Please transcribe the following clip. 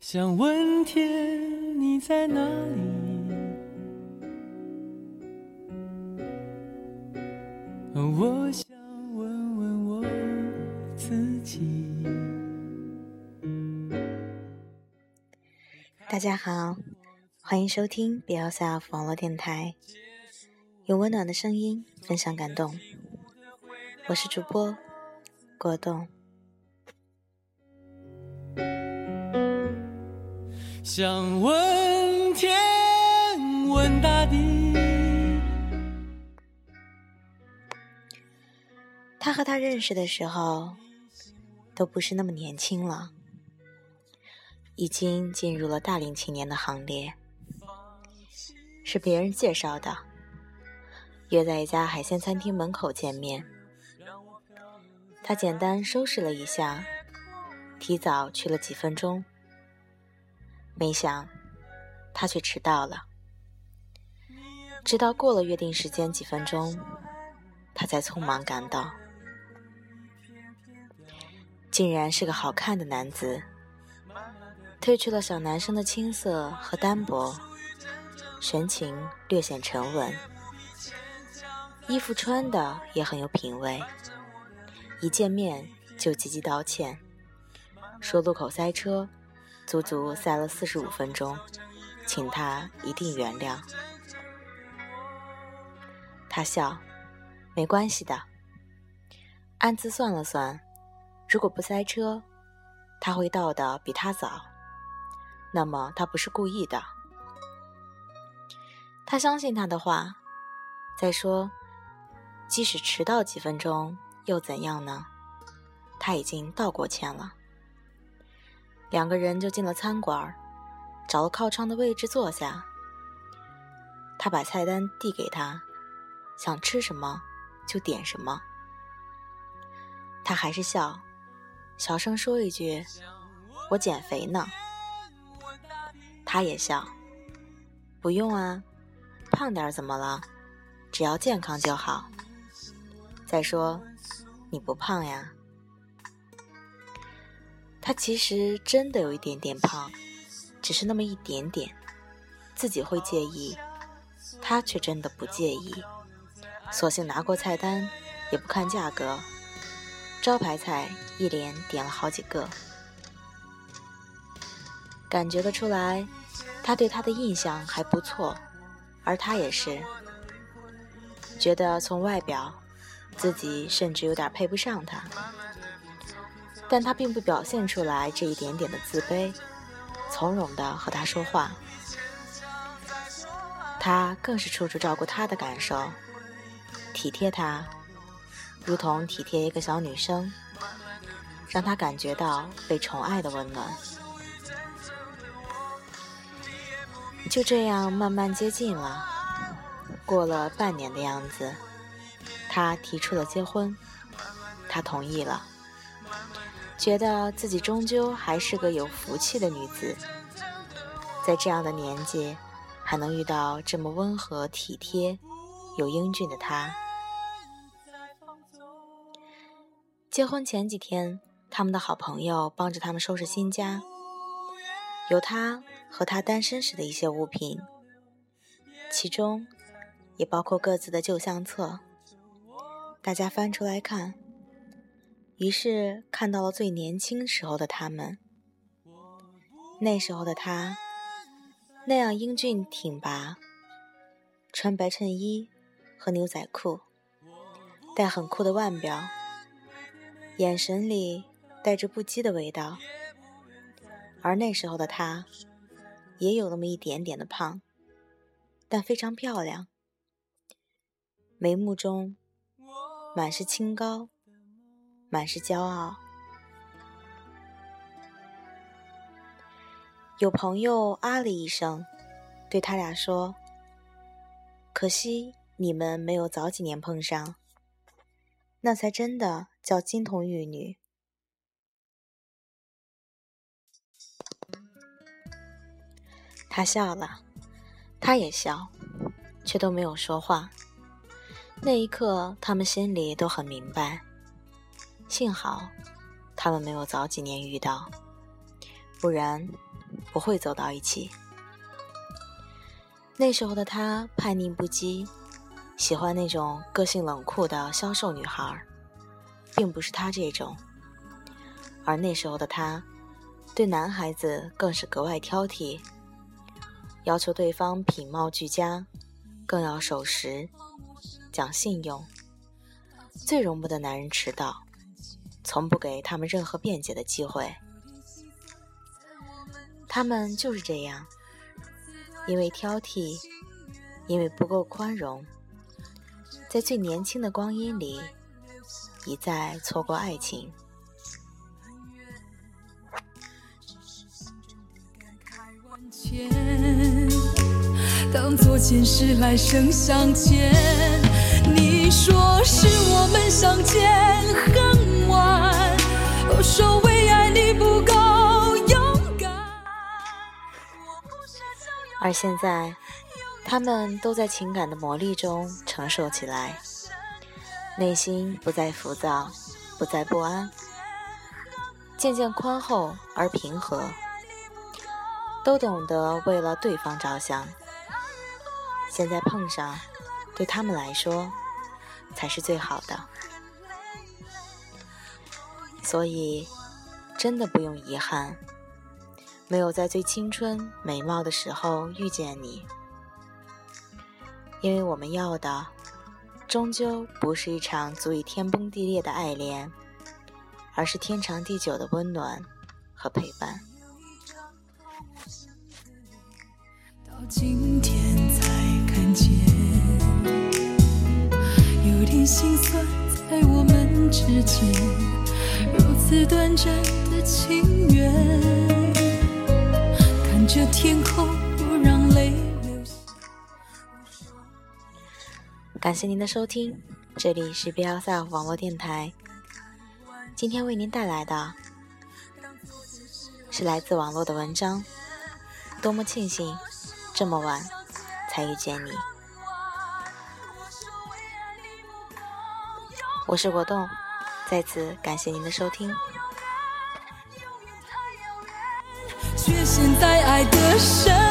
想问天你在哪里，我想问问我自己。 大家好，欢迎收听 Be Yourself 网络电台，用温暖的声音分享感动。我是主播果冻。 想问天问大地。 他和他认识的时候都不是那么年轻了，已经进入了大龄青年的行列，是别人介绍的，约在一家海鲜餐厅门口见面。他简单收拾了一下，提早去了几分钟，没想他却迟到了。直到过了约定时间几分钟，他才匆忙赶到。竟然是个好看的男子，褪去了小男生的青涩和单薄，神情略显沉稳，衣服穿的也很有品味。一见面就积极道歉，说路口塞车，足足塞了45分钟，请他一定原谅。他笑，没关系的。暗自算了算，如果不塞车，他会到的比他早，那么他不是故意的。他相信他的话，再说，即使迟到几分钟又怎样呢？他已经道过歉了。两个人就进了餐馆，找了靠窗的位置坐下。他把菜单递给他，想吃什么就点什么。他还是笑，小声说一句：“我减肥呢。”他也笑：“不用啊，胖点怎么了？只要健康就好。再说，你不胖呀。”他其实真的有一点点胖，只是那么一点点，自己会介意，他却真的不介意，索性拿过菜单，也不看价格，招牌菜一连点了好几个。感觉得出来，他对他的印象还不错，而他也是觉得从外表自己甚至有点配不上他，但他并不表现出来这一点点的自卑，从容地和他说话。他更是处处照顾他的感受，体贴他，如同体贴一个小女生，让他感觉到被宠爱的温暖。就这样慢慢接近了，过了半年的样子，他提出了结婚，他同意了，觉得自己终究还是个有福气的女子，在这样的年纪还能遇到这么温和体贴又英俊的他。结婚前几天，他们的好朋友帮着他们收拾新家，有他和他单身时的一些物品，其中也包括各自的旧相册。大家翻出来看，于是看到了最年轻时候的他们。那时候的他那样英俊挺拔，穿白衬衣和牛仔裤，带很酷的腕表，眼神里带着不羁的味道。而那时候的他也有那么一点点的胖，但非常漂亮，眉目中满是清高，满是骄傲。有朋友啊了一声，对他俩说：“可惜你们没有早几年碰上，那才真的叫金童玉女。”他笑了，他也笑，却都没有说话。那一刻他们心里都很明白，幸好他们没有早几年遇到，不然不会走到一起。那时候的他叛逆不羁，喜欢那种个性冷酷的消瘦女孩，并不是他这种。而那时候的他对男孩子更是格外挑剔，要求对方品貌俱佳，更要守时讲信用，最容不得男人迟到，从不给他们任何辩解的机会。他们就是这样，因为挑剔，因为不够宽容，在最年轻的光阴里一再错过爱情。 当作前世来生相欠，你说是我们相见恨晚，我说为爱你不够勇敢。 而现在他们都在情感的磨砺中成熟起来，内心不再浮躁，不再不安，渐渐宽厚而平和，都懂得为了对方着想。现在碰上，对他们来说才是最好的。所以真的不用遗憾，没有在最青春美貌的时候遇见你，因为我们要的终究不是一场足以天崩地裂的爱恋，而是天长地久的温暖和陪伴。 到今天才看见，有点心酸，在我们之间如此短暂的情缘，看着天空不让泪流下。 感谢您的收听，这里是 BLSF 网络电台。今天为您带来的是来自网络的文章，多么庆幸这么晚才遇见你。我是果冻，再次感谢您的收听。 却陷在爱的深